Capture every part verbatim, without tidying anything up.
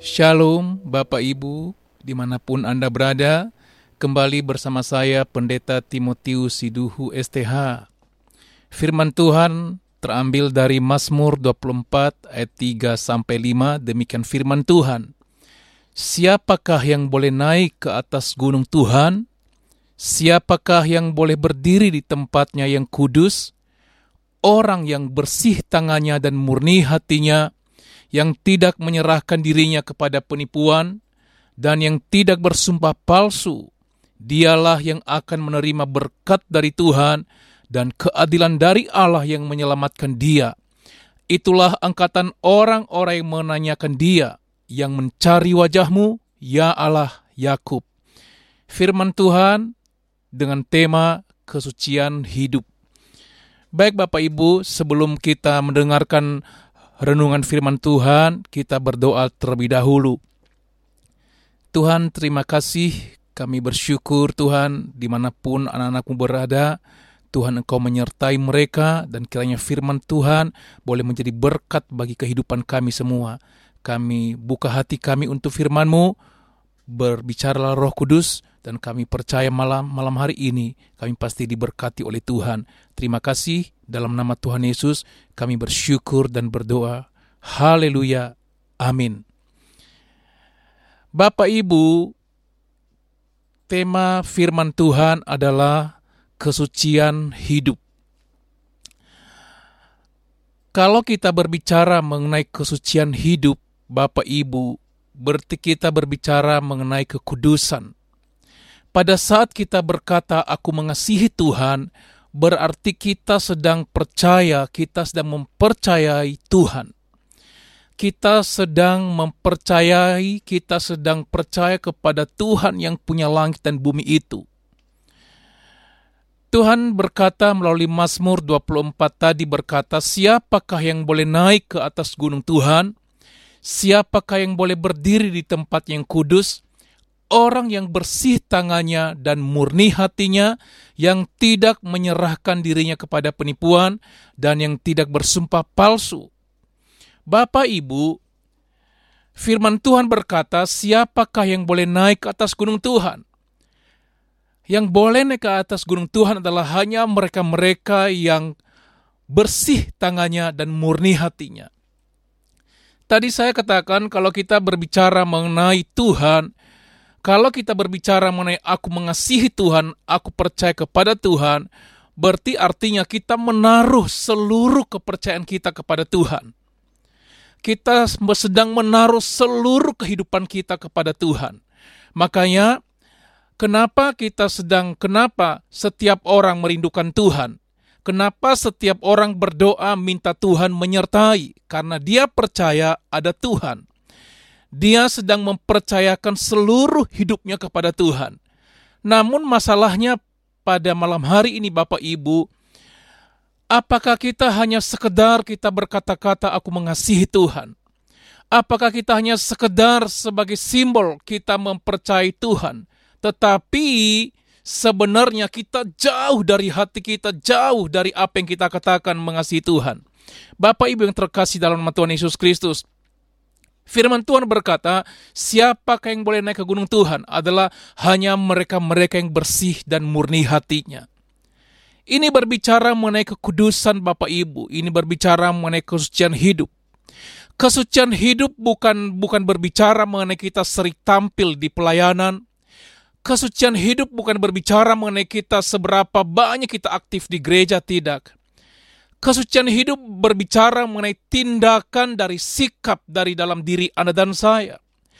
Shalom Bapak Ibu, dimanapun Anda berada, kembali bersama saya Pendeta Timotius Siduhu S T H. Firman Tuhan terambil dari Mazmur dua puluh empat ayat tiga sampai lima, demikian firman Tuhan. Siapakah yang boleh naik ke atas gunung Tuhan? Siapakah yang boleh berdiri di tempatnya yang kudus? Orang yang bersih tangannya dan murni hatinya, yang tidak menyerahkan dirinya kepada penipuan, dan yang tidak bersumpah palsu, dialah yang akan menerima berkat dari Tuhan dan keadilan dari Allah yang menyelamatkan dia. Itulah angkatan orang-orang yang menanyakan dia, yang mencari wajahmu, ya Allah Yakub. Firman Tuhan dengan tema kesucian hidup. Baik Bapak Ibu, sebelum kita mendengarkan renungan firman Tuhan, kita berdoa terlebih dahulu. Tuhan, terima kasih, kami bersyukur Tuhan, dimanapun anak-anak-Mu berada, Tuhan Engkau menyertai mereka, dan kiranya firman Tuhan boleh menjadi berkat bagi kehidupan kami semua. Kami buka hati kami untuk firman-Mu, berbicaralah Roh Kudus, dan kami percaya malam malam hari ini kami pasti diberkati oleh Tuhan. Terima kasih, dalam nama Tuhan Yesus kami bersyukur dan berdoa. Haleluya. Amin. Bapak Ibu, tema firman Tuhan adalah kesucian hidup. Kalau kita berbicara mengenai kesucian hidup, Bapak Ibu, berarti kita berbicara mengenai kekudusan. Pada saat kita berkata, aku mengasihi Tuhan, berarti kita sedang percaya, kita sedang mempercayai Tuhan. Kita sedang mempercayai, kita sedang percaya kepada Tuhan yang punya langit dan bumi itu. Tuhan berkata melalui Mazmur dua puluh empat tadi berkata, siapakah yang boleh naik ke atas gunung Tuhan? Siapakah yang boleh berdiri di tempat yang kudus? Orang yang bersih tangannya dan murni hatinya, yang tidak menyerahkan dirinya kepada penipuan, dan yang tidak bersumpah palsu. Bapak Ibu, firman Tuhan berkata, siapakah yang boleh naik ke atas gunung Tuhan? Yang boleh naik ke atas gunung Tuhan adalah hanya mereka-mereka yang bersih tangannya dan murni hatinya. Tadi saya katakan kalau kita berbicara mengenai Tuhan, kalau kita berbicara mengenai aku mengasihi Tuhan, aku percaya kepada Tuhan, berarti artinya kita menaruh seluruh kepercayaan kita kepada Tuhan. Kita sedang menaruh seluruh kehidupan kita kepada Tuhan. Makanya, kenapa kita sedang, kenapa setiap orang merindukan Tuhan? Kenapa setiap orang berdoa minta Tuhan menyertai? Karena dia percaya ada Tuhan. Dia sedang mempercayakan seluruh hidupnya kepada Tuhan. Namun masalahnya pada malam hari ini Bapak Ibu, apakah kita hanya sekedar kita berkata-kata aku mengasihi Tuhan? Apakah kita hanya sekedar sebagai simbol kita mempercayai Tuhan? Tetapi sebenarnya kita jauh dari hati kita, jauh dari apa yang kita katakan mengasihi Tuhan. Bapak Ibu yang terkasih dalam nama Tuhan Yesus Kristus, firman Tuhan berkata, siapakah yang boleh naik ke gunung Tuhan adalah hanya mereka-mereka yang bersih dan murni hatinya. Ini berbicara mengenai kekudusan Bapak Ibu, ini berbicara mengenai kesucian hidup. Kesucian hidup bukan bukan berbicara mengenai kita sering tampil di pelayanan. Kesucian hidup bukan berbicara mengenai kita seberapa banyak kita aktif di gereja, tidak. Kesucian hidup berbicara mengenai tindakan dari sikap dari dalam diri Anda dan saya.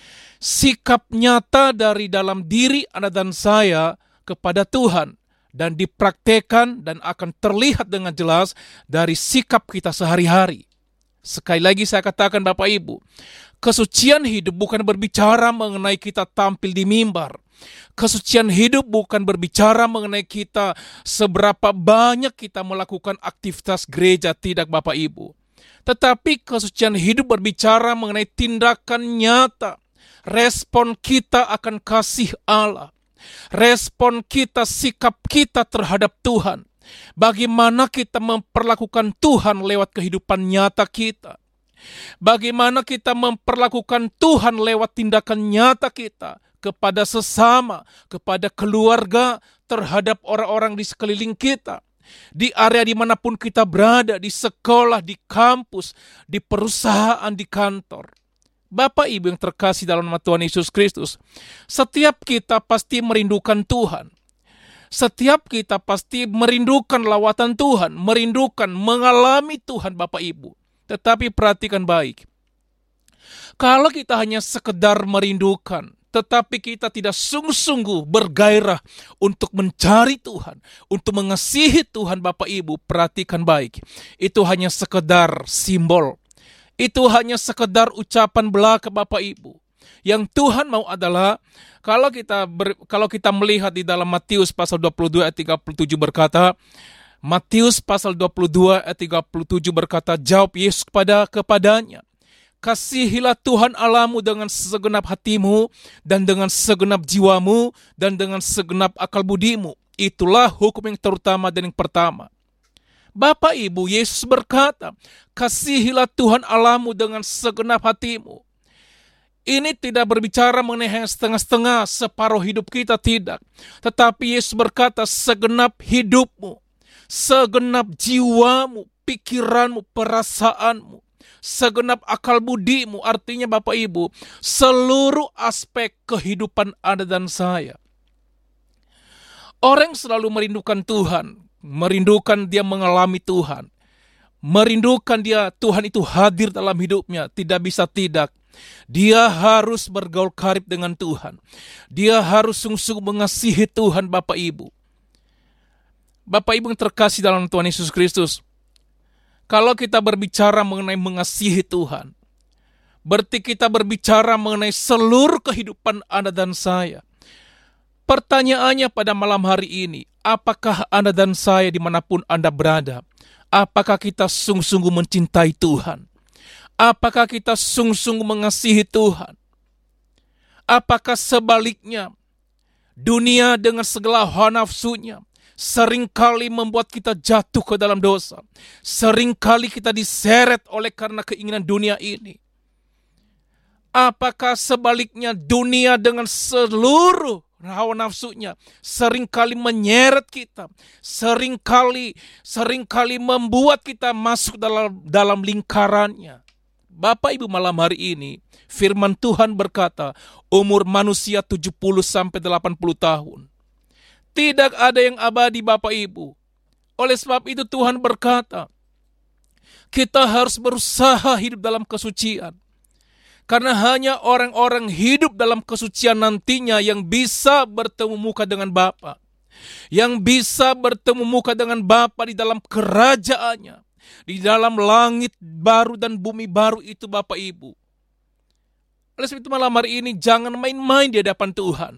Sikap nyata dari dalam diri Anda dan saya kepada Tuhan. Dan dipraktekan dan akan terlihat dengan jelas dari sikap kita sehari-hari. Sekali lagi saya katakan Bapak Ibu, kesucian hidup bukan berbicara mengenai kita tampil di mimbar. Kesucian hidup bukan berbicara mengenai kita seberapa banyak kita melakukan aktivitas gereja, tidak Bapak Ibu. Tetapi kesucian hidup berbicara mengenai tindakan nyata, respon kita akan kasih Allah, respon kita, sikap kita terhadap Tuhan. Bagaimana kita memperlakukan Tuhan lewat kehidupan nyata kita. Bagaimana kita memperlakukan Tuhan lewat tindakan nyata kita kepada sesama, kepada keluarga, terhadap orang-orang di sekeliling kita. Di area dimanapun kita berada, di sekolah, di kampus, di perusahaan, di kantor. Bapak Ibu yang terkasih dalam nama Tuhan Yesus Kristus, setiap kita pasti merindukan Tuhan. Setiap kita pasti merindukan lawatan Tuhan, merindukan mengalami Tuhan Bapak Ibu. Tetapi perhatikan baik, kalau kita hanya sekedar merindukan, tetapi kita tidak sungguh-sungguh bergairah untuk mencari Tuhan, untuk mengasihi Tuhan Bapak Ibu, perhatikan baik, itu hanya sekedar simbol. Itu hanya sekedar ucapan belaka Bapak Ibu. Yang Tuhan mau adalah, kalau kita ber, kalau kita melihat di dalam Matius pasal dua puluh dua ayat tiga puluh tujuh berkata, Matius pasal dua puluh dua ayat tiga puluh tujuh berkata, jawab Yesus kepada kepadanya, kasihilah Tuhan Allahmu dengan segenap hatimu, dan dengan segenap jiwamu, dan dengan segenap akal budimu. Itulah hukum yang terutama dan yang pertama. Bapak Ibu, Yesus berkata, kasihilah Tuhan Allahmu dengan segenap hatimu. Ini tidak berbicara mengenai setengah-setengah, separuh hidup kita, tidak. Tetapi Yesus berkata, segenap hidupmu, segenap jiwamu, pikiranmu, perasaanmu, segenap akal budimu. Artinya Bapak Ibu, seluruh aspek kehidupan Anda dan saya. Orang selalu merindukan Tuhan, merindukan dia mengalami Tuhan, merindukan dia Tuhan itu hadir dalam hidupnya, tidak bisa tidak. Dia harus bergaul karib dengan Tuhan. Dia harus sungguh-sungguh mengasihi Tuhan Bapak Ibu. Bapak Ibu yang terkasih dalam Tuhan Yesus Kristus, kalau kita berbicara mengenai mengasihi Tuhan, berarti kita berbicara mengenai seluruh kehidupan Anda dan saya. Pertanyaannya pada malam hari ini, apakah Anda dan saya dimanapun Anda berada, apakah kita sungguh-sungguh mencintai Tuhan? Apakah kita sungguh-sungguh mengasihi Tuhan? Apakah sebaliknya, dunia dengan segala hawa nafsunya seringkali membuat kita jatuh ke dalam dosa. Seringkali kita diseret oleh karena keinginan dunia ini. Apakah sebaliknya, dunia dengan seluruh hawa nafsunya seringkali menyeret kita, seringkali seringkali membuat kita masuk dalam dalam lingkarannya. Bapak Ibu, malam hari ini firman Tuhan berkata, umur manusia tujuh puluh sampai delapan puluh tahun. Tidak ada yang abadi Bapak Ibu. Oleh sebab itu Tuhan berkata, kita harus berusaha hidup dalam kesucian. Karena hanya orang-orang hidup dalam kesucian nantinya yang bisa bertemu muka dengan Bapa, yang bisa bertemu muka dengan Bapa di dalam kerajaannya, di dalam langit baru dan bumi baru itu Bapak Ibu. Oleh sebab itu malam hari ini jangan main-main di hadapan Tuhan.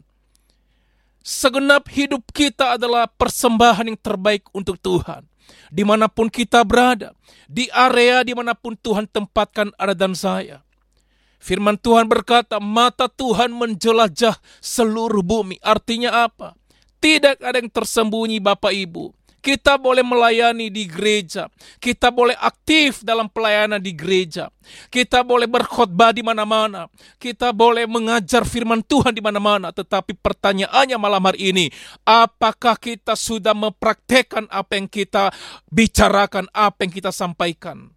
Segenap hidup kita adalah persembahan yang terbaik untuk Tuhan. Dimanapun kita berada, di area dimanapun Tuhan tempatkan Anda dan saya. Firman Tuhan berkata, mata Tuhan menjelajah seluruh bumi. Artinya apa? Tidak ada yang tersembunyi Bapak Ibu. Kita boleh melayani di gereja. Kita boleh aktif dalam pelayanan di gereja. Kita boleh berkhotbah di mana-mana. Kita boleh mengajar firman Tuhan di mana-mana. Tetapi pertanyaannya malam hari ini, apakah kita sudah mempraktekkan apa yang kita bicarakan, apa yang kita sampaikan?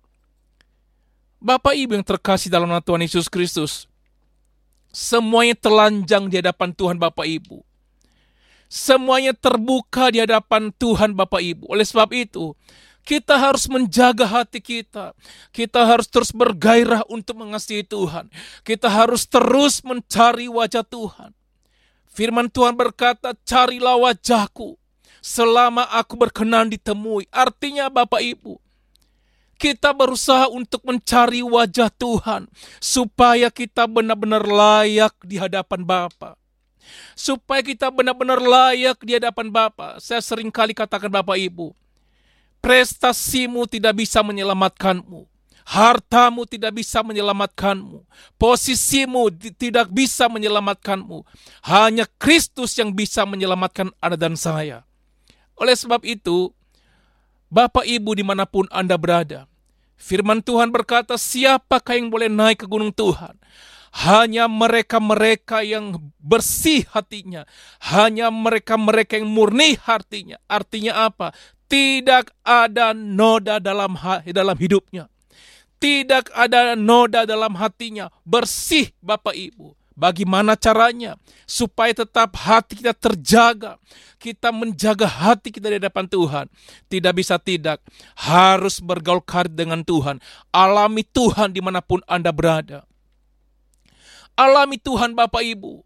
Bapak Ibu yang terkasih dalam nama Tuhan Yesus Kristus, semuanya telanjang di hadapan Tuhan Bapak Ibu. Semuanya terbuka di hadapan Tuhan Bapak Ibu. Oleh sebab itu, kita harus menjaga hati kita. Kita harus terus bergairah untuk mengasihi Tuhan. Kita harus terus mencari wajah Tuhan. Firman Tuhan berkata, carilah wajahku selama aku berkenan ditemui. Artinya Bapak Ibu, kita berusaha untuk mencari wajah Tuhan supaya kita benar-benar layak di hadapan Bapa. Supaya kita benar-benar layak di hadapan Bapa. Saya sering kali katakan Bapak Ibu, prestasimu tidak bisa menyelamatkanmu. Hartamu tidak bisa menyelamatkanmu. Posisimu tidak bisa menyelamatkanmu. Hanya Kristus yang bisa menyelamatkan Anda dan saya. Oleh sebab itu, Bapak Ibu dimanapun Anda berada, Firman Tuhan berkata, siapakah yang boleh naik ke gunung Tuhan? Hanya mereka-mereka yang bersih hatinya. Hanya mereka-mereka yang murni hatinya. Artinya apa? Tidak ada noda dalam dalam hidupnya. Tidak ada noda dalam hatinya. Bersih Bapak Ibu. Bagaimana caranya? Supaya tetap hati kita terjaga. Kita menjaga hati kita di hadapan Tuhan. Tidak bisa tidak. Harus bergaul karib dengan Tuhan. Alami Tuhan dimanapun Anda berada. Alami Tuhan Bapak Ibu.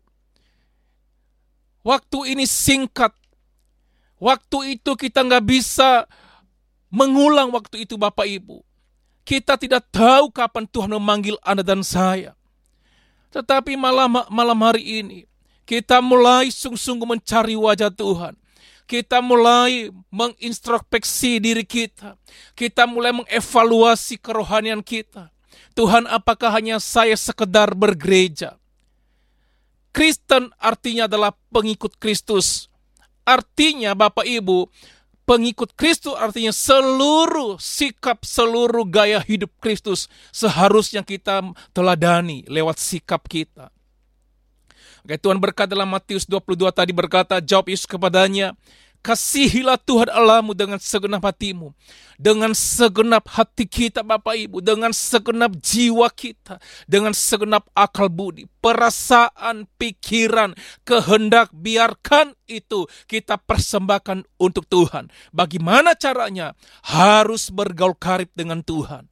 Waktu ini singkat. Waktu itu kita nggak bisa mengulang waktu itu Bapak Ibu. Kita tidak tahu kapan Tuhan memanggil Anda dan saya. Tetapi malam, malam hari ini, kita mulai sungguh-sungguh mencari wajah Tuhan. Kita mulai mengintrospeksi diri kita. Kita mulai mengevaluasi kerohanian kita. Tuhan, apakah hanya saya sekedar bergereja? Kristen artinya adalah pengikut Kristus. Artinya Bapak Ibu, pengikut Kristus artinya seluruh sikap, seluruh gaya hidup Kristus seharusnya kita teladani lewat sikap kita. Oke, Tuhan berkata dalam Matius dua puluh dua tadi berkata, jawab Yesus kepadanya, kasihilah Tuhan Allahmu dengan segenap hatimu, dengan segenap hati kita Bapak Ibu, dengan segenap jiwa kita, dengan segenap akal budi, perasaan, pikiran, kehendak, biarkan itu kita persembahkan untuk Tuhan. Bagaimana caranya? Harus bergaul karib dengan Tuhan.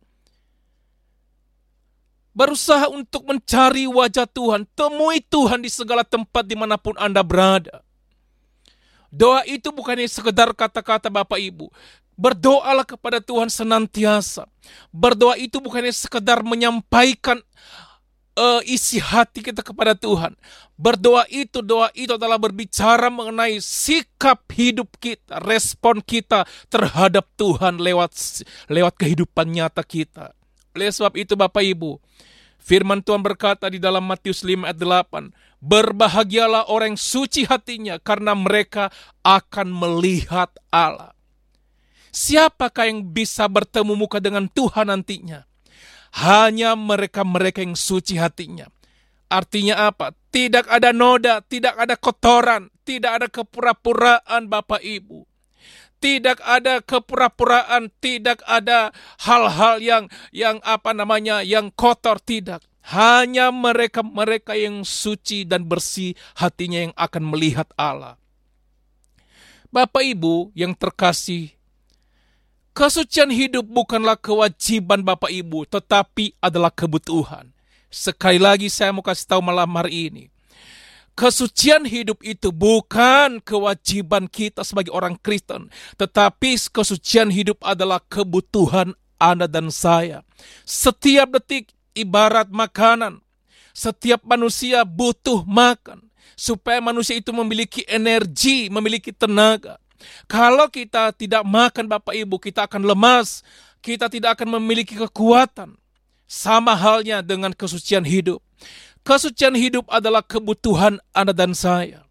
Berusaha untuk mencari wajah Tuhan, temui Tuhan di segala tempat dimanapun Anda berada. Doa itu bukannya sekedar kata-kata Bapak Ibu. Berdoalah kepada Tuhan senantiasa. Berdoa itu bukannya sekedar menyampaikan uh, isi hati kita kepada Tuhan. Berdoa itu, doa itu adalah berbicara mengenai sikap hidup kita, respon kita terhadap Tuhan lewat lewat kehidupan nyata kita. Oleh sebab itu Bapak Ibu, firman Tuhan berkata di dalam Matius lima ayat delapan, berbahagialah orang yang suci hatinya karena mereka akan melihat Allah. Siapakah yang bisa bertemu muka dengan Tuhan nantinya? Hanya mereka-mereka yang suci hatinya. Artinya apa? Tidak ada noda, tidak ada kotoran, tidak ada kepura-puraan Bapak Ibu. Tidak ada kepura-puraan, tidak ada hal-hal yang yang apa namanya yang kotor, tidak. Hanya mereka-mereka yang suci dan bersih hatinya yang akan melihat Allah. Bapak Ibu yang terkasih, kesucian hidup bukanlah kewajiban Bapak Ibu, tetapi adalah kebutuhan. Sekali lagi saya mau kasih tahu malam hari ini. Kesucian hidup itu bukan kewajiban kita sebagai orang Kristen, tetapi kesucian hidup adalah kebutuhan Anda dan saya. Setiap detik ibarat makanan. Setiap manusia butuh makan supaya manusia itu memiliki energi, memiliki tenaga. Kalau kita tidak makan Bapak Ibu, kita akan lemas, kita tidak akan memiliki kekuatan. Sama halnya dengan kesucian hidup. Kesucian hidup adalah kebutuhan Anda dan saya.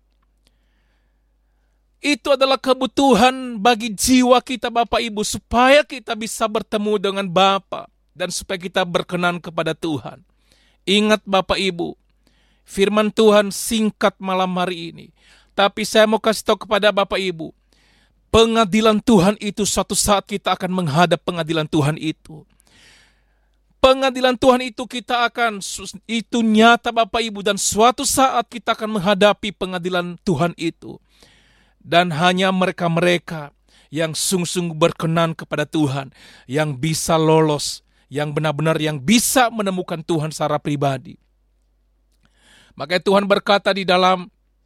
Itu adalah kebutuhan bagi jiwa kita Bapak Ibu, supaya kita bisa bertemu dengan Bapa dan supaya kita berkenan kepada Tuhan. Ingat Bapak Ibu, firman Tuhan singkat malam hari ini. Tapi saya mau kasih tahu kepada Bapak Ibu, pengadilan Tuhan itu suatu saat kita akan menghadap pengadilan Tuhan itu. Pengadilan Tuhan itu kita akan, itu nyata Bapak Ibu, dan suatu saat kita akan menghadapi pengadilan Tuhan itu. Dan hanya mereka-mereka yang sungguh-sungguh berkenan kepada Tuhan, yang bisa lolos, yang benar-benar yang bisa menemukan Tuhan secara pribadi. Makanya Tuhan berkata di dalam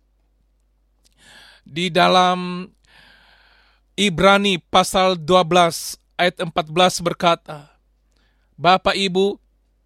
di dalam Ibrani pasal dua belas ayat empat belas berkata, Bapak Ibu,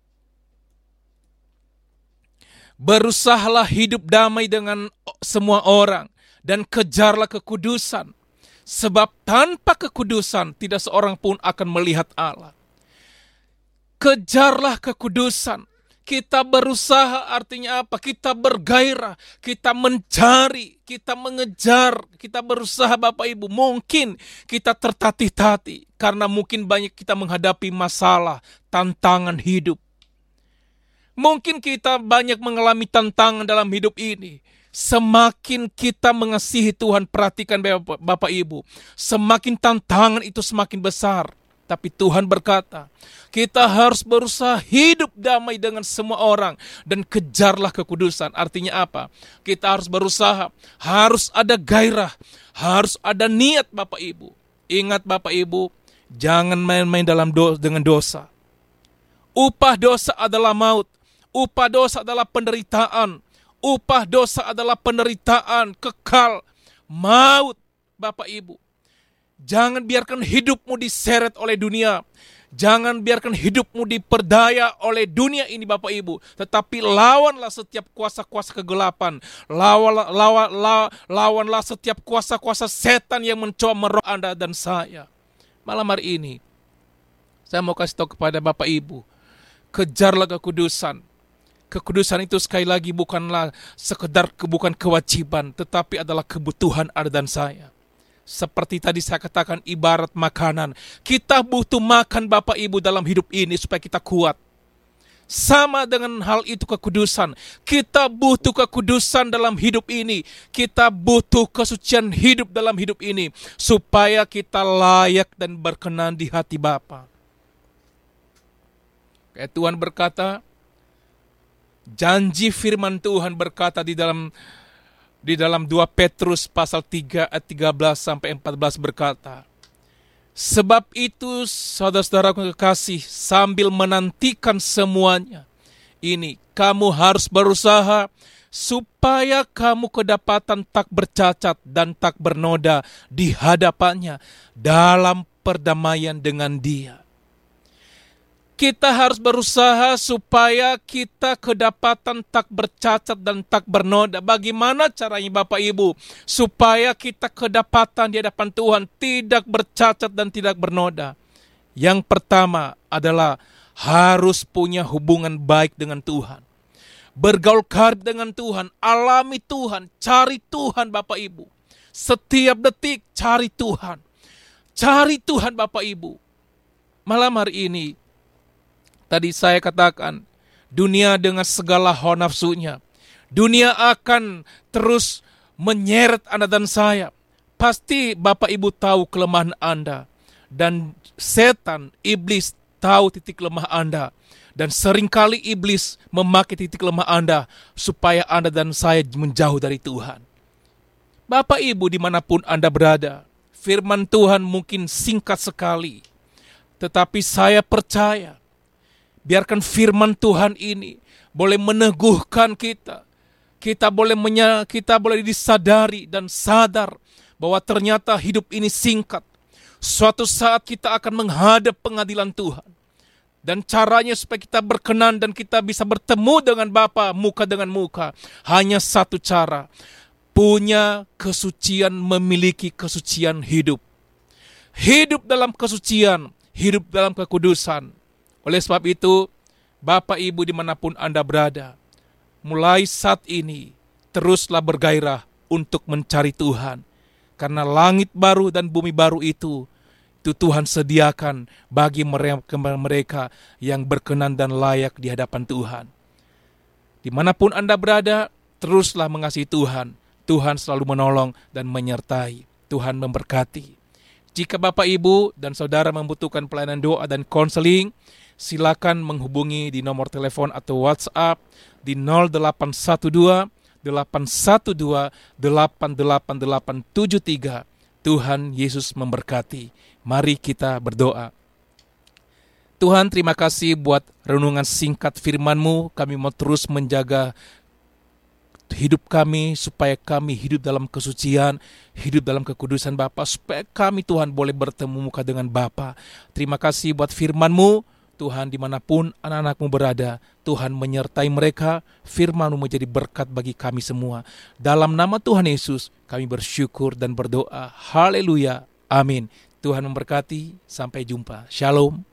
berusahalah hidup damai dengan semua orang dan kejarlah kekudusan, sebab tanpa kekudusan tidak seorang pun akan melihat Allah. Kejarlah kekudusan. Kita berusaha artinya apa? Kita bergairah, kita mencari, kita mengejar, kita berusaha Bapak Ibu. Mungkin kita tertatih-tatih karena mungkin banyak kita menghadapi masalah, tantangan hidup. Mungkin kita banyak mengalami tantangan dalam hidup ini. Semakin kita mengasihi Tuhan, perhatikan Bapak, Bapak Ibu, semakin tantangan itu semakin besar. Tapi Tuhan berkata, kita harus berusaha hidup damai dengan semua orang dan kejarlah kekudusan. Artinya apa? Kita harus berusaha, harus ada gairah, harus ada niat Bapak Ibu. Ingat Bapak Ibu, jangan main-main dalam do- dengan dosa. Upah dosa adalah maut, upah dosa adalah penderitaan, upah dosa adalah penderitaan kekal, maut Bapak Ibu. Jangan biarkan hidupmu diseret oleh dunia. Jangan biarkan hidupmu diperdaya oleh dunia ini Bapak Ibu. Tetapi lawanlah setiap kuasa-kuasa kegelapan. Lawan, lawan, lawan, lawanlah setiap kuasa-kuasa setan yang mencoba meroh Anda dan saya. Malam hari ini, saya mau kasih tahu kepada Bapak Ibu. Kejarlah kekudusan. Kekudusan itu sekali lagi bukanlah sekedar bukan kewajiban. Tetapi adalah kebutuhan Anda dan saya. Seperti tadi saya katakan, ibarat makanan. Kita butuh makan Bapak Ibu dalam hidup ini supaya kita kuat. Sama dengan hal itu kekudusan. Kita butuh kekudusan dalam hidup ini. Kita butuh kesucian hidup dalam hidup ini. Supaya kita layak dan berkenan di hati Bapa. Kayak Tuhan berkata, janji firman Tuhan berkata di dalam Di dalam dua Petrus pasal tiga ayat tiga belas sampai empat belas berkata, sebab itu saudara-saudaraku kekasih, sambil menantikan semuanya ini, kamu harus berusaha supaya kamu kedapatan tak bercacat dan tak bernoda di hadapannya dalam perdamaian dengan Dia. Kita harus berusaha supaya kita kedapatan tak bercacat dan tak bernoda. Bagaimana caranya Bapak Ibu? Supaya kita kedapatan di hadapan Tuhan tidak bercacat dan tidak bernoda. Yang pertama adalah harus punya hubungan baik dengan Tuhan. Bergaul karib dengan Tuhan, alami Tuhan, cari Tuhan Bapak Ibu. Setiap detik cari Tuhan. Cari Tuhan Bapak Ibu. Malam hari ini, tadi saya katakan, dunia dengan segala hawa nafsunya. Dunia akan terus menyeret Anda dan saya. Pasti Bapak Ibu tahu kelemahan Anda. Dan setan, iblis tahu titik lemah Anda. Dan seringkali iblis memakai titik lemah Anda supaya Anda dan saya menjauh dari Tuhan. Bapak Ibu dimanapun Anda berada, firman Tuhan mungkin singkat sekali. Tetapi saya percaya, biarkan firman Tuhan ini boleh meneguhkan kita. Kita boleh menya, kita boleh disadari dan sadar bahwa ternyata hidup ini singkat. Suatu saat kita akan menghadap pengadilan Tuhan. Dan caranya supaya kita berkenan dan kita bisa bertemu dengan Bapa muka dengan muka. Hanya satu cara. Punya kesucian, memiliki kesucian hidup. Hidup dalam kesucian, hidup dalam kekudusan. Oleh sebab itu, Bapak Ibu dimanapun Anda berada, mulai saat ini, teruslah bergairah untuk mencari Tuhan. Karena langit baru dan bumi baru itu, itu Tuhan sediakan bagi mereka yang berkenan dan layak di hadapan Tuhan. Dimanapun Anda berada, teruslah mengasihi Tuhan. Tuhan selalu menolong dan menyertai. Tuhan memberkati. Jika Bapak Ibu dan Saudara membutuhkan pelayanan doa dan konseling, silakan menghubungi di nomor telepon atau WhatsApp di nol delapan satu dua delapan satu dua delapan delapan delapan tujuh tiga. Tuhan Yesus memberkati. Mari kita berdoa. Tuhan, terima kasih buat renungan singkat firman-Mu. Kami mau terus menjaga hidup kami supaya kami hidup dalam kesucian, hidup dalam kekudusan Bapa, supaya kami Tuhan boleh bertemu muka dengan Bapa. Terima kasih buat firman-Mu. Tuhan, dimanapun anak-anak-Mu berada, Tuhan menyertai mereka, firman-Mu menjadi berkat bagi kami semua. Dalam nama Tuhan Yesus, kami bersyukur dan berdoa. Haleluya. Amin. Tuhan memberkati. Sampai jumpa. Shalom.